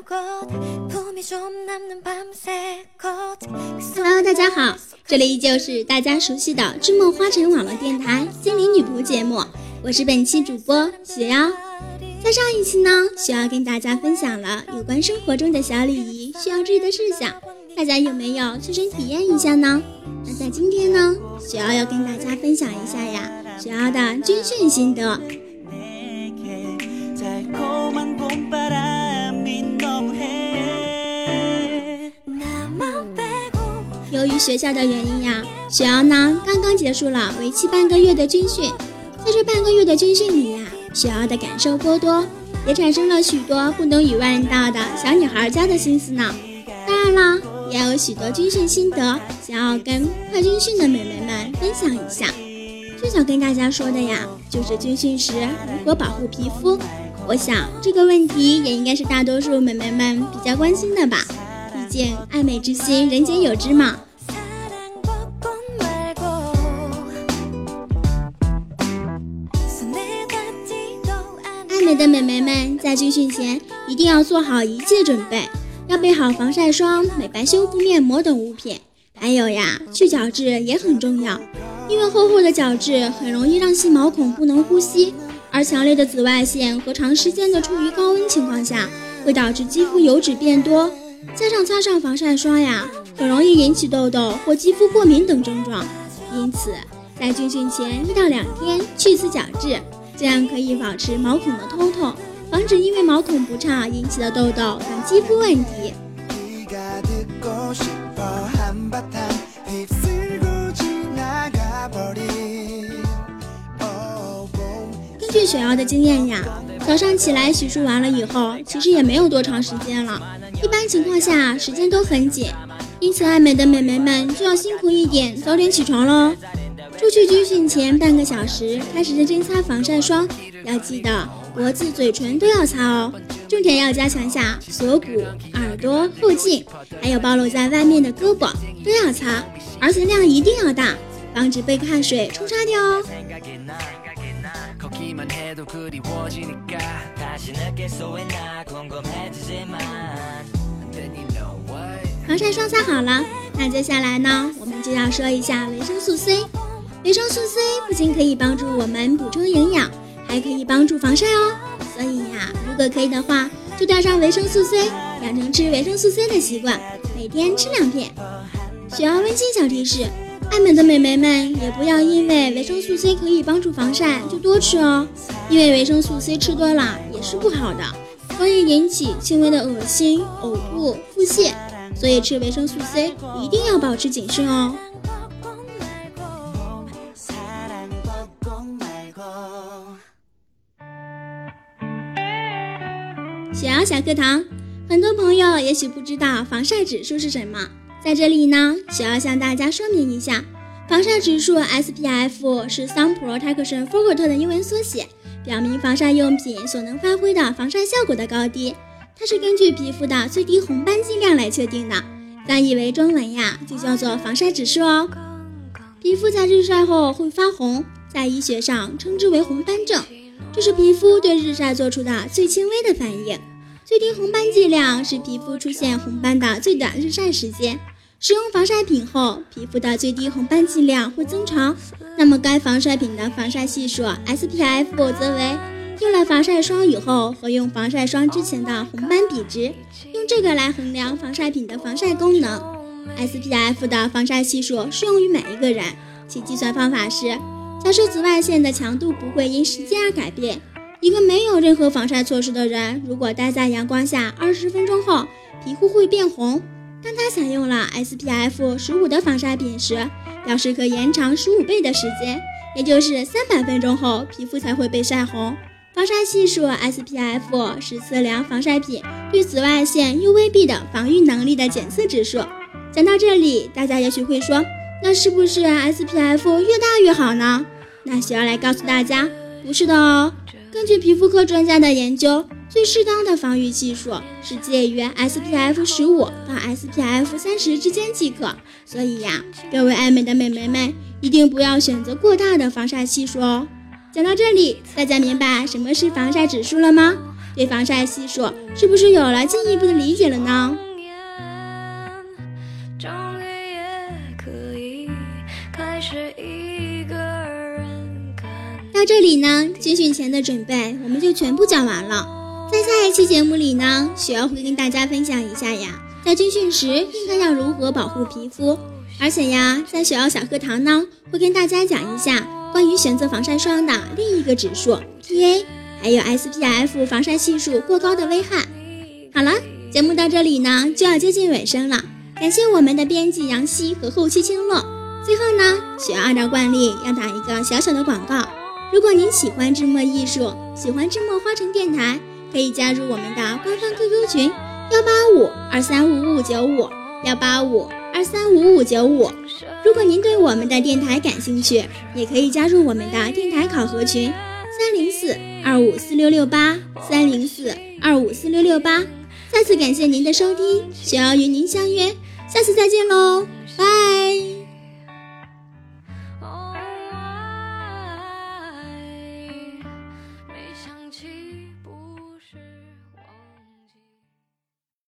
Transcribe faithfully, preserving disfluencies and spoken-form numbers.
Hello， 大家好，这里依旧是大家熟悉的知梦花城网络电台心灵女仆节目，我是本期主播雪瑶。在上一期呢，雪瑶跟大家分享了有关生活中的小礼仪需要注意的事项，大家有没有亲身体验一下呢？那在今天呢，雪瑶要跟大家分享一下呀，雪瑶的军训心得。由于学校的原因呀，雪瑶呢刚刚结束了为期半个月的军训。在这半个月的军训里呀，雪瑶的感受颇多，也产生了许多不能与外人道的小女孩家的心思呢。当然了，也有许多军训心得想要跟快军训的美眉们分享一下。最想跟大家说的呀，就是军训时如何保护皮肤。我想这个问题也应该是大多数美眉们比较关心的吧，毕竟爱美之心人皆有之嘛。爱美的美眉们在军训前一定要做好一切准备，要备好防晒霜、美白修复面膜等物品。还有呀，去角质也很重要，因为厚厚的角质很容易让细毛孔不能呼吸，而强烈的紫外线和长时间的处于高温情况下，会导致肌肤油脂变多，加上擦上防晒霜呀，很容易引起痘痘或肌肤过敏等症状。因此，在军训前一到两天去此角质，这样可以保持毛孔的通透，防止因为毛孔不畅引起的痘痘等肌肤问题。根据雪瑶的经验呀，早上起来洗漱完了以后，其实也没有多长时间了，一般情况下时间都很紧，因此爱美的美眉们就要辛苦一点，早点起床咯。出去军训前半个小时开始认真擦防晒霜，要记得脖子、嘴唇都要擦哦，重点要加强下锁骨、耳朵、后颈，还有暴露在外面的胳膊都要擦，而且量一定要大，防止被汗水冲刷掉哦。防晒霜擦好了，那接下来呢，我们就要说一下维生素 C。维生素 C 不仅可以帮助我们补充营养，还可以帮助防晒哦。所以呀，如果可以的话，就带上维生素 C， 养成吃维生素 C 的习惯，每天吃两片。雪瑶温馨小提示，爱美的美眉们也不要因为维生素 C 可以帮助防晒就多吃哦，因为维生素 C 吃多了也是不好的，容易引起轻微的恶心、呕吐、腹泻，所以吃维生素 C 一定要保持谨慎哦。雪瑶小课堂，很多朋友也许不知道防晒指数是什么，在这里呢，雪瑶向大家说明一下，防晒指数 S P F 是 Sun Protection Factor 的英文缩写，表明防晒用品所能发挥的防晒效果的高低，它是根据皮肤的最低红斑剂量来确定的，翻译为中文呀，就叫做防晒指数哦。皮肤在日晒后会发红，在医学上称之为红斑症，这是皮肤对日晒做出的最轻微的反应。最低红斑剂量是皮肤出现红斑的最短日晒时间，使用防晒品后，皮肤的最低红斑剂量会增长，那么该防晒品的防晒系数 S P F 则为用了防晒霜以后和用防晒霜之前的红斑比值，用这个来衡量防晒品的防晒功能。 S P F 的防晒系数适用于每一个人，其计算方法是，假设紫外线的强度不会因时间而改变，一个没有任何防晒措施的人，如果待在阳光下二十分钟后，皮肤会变红。当他采用了 S P F 十五 的防晒品时，表示可延长十五倍的时间，也就是三百分钟后，皮肤才会被晒红。防晒系数 S P F 是测量防晒品对紫外线 U V B 的防御能力的检测指数。讲到这里，大家也许会说，那是不是 S P F 越大越好呢？那需要来告诉大家，不是的哦。根据皮肤科专家的研究，最适当的防御系数是介于 S P F 十五 到 S P F 三十 之间即可。所以呀，各位爱美的美眉们，一定不要选择过大的防晒系数哦。讲到这里，大家明白什么是防晒指数了吗？ 对防晒系数是不是有了进一步的理解了呢？到这里呢，军训前的准备我们就全部讲完了。在下一期节目里呢，雪儿会跟大家分享一下呀，在军训时应该要如何保护皮肤。而且呀，在雪儿小课堂呢，会跟大家讲一下关于选择防晒霜的另一个指数 P A， 还有 S P F 防晒系数过高的危害。好了，节目到这里呢就要接近尾声了，感谢我们的编辑杨希和后期清乐。最后呢，雪儿按照惯例要打一个小小的广告。如果您喜欢智墨艺术，喜欢智墨花城电台，可以加入我们的官方 Q Q 群幺八五二三五五九五幺八五二三五五九五。如果您对我们的电台感兴趣，也可以加入我们的电台考核群三零四二五四六六八三零四二五四六六八。再次感谢您的收听，雪儿与您相约，下次再见喽，拜。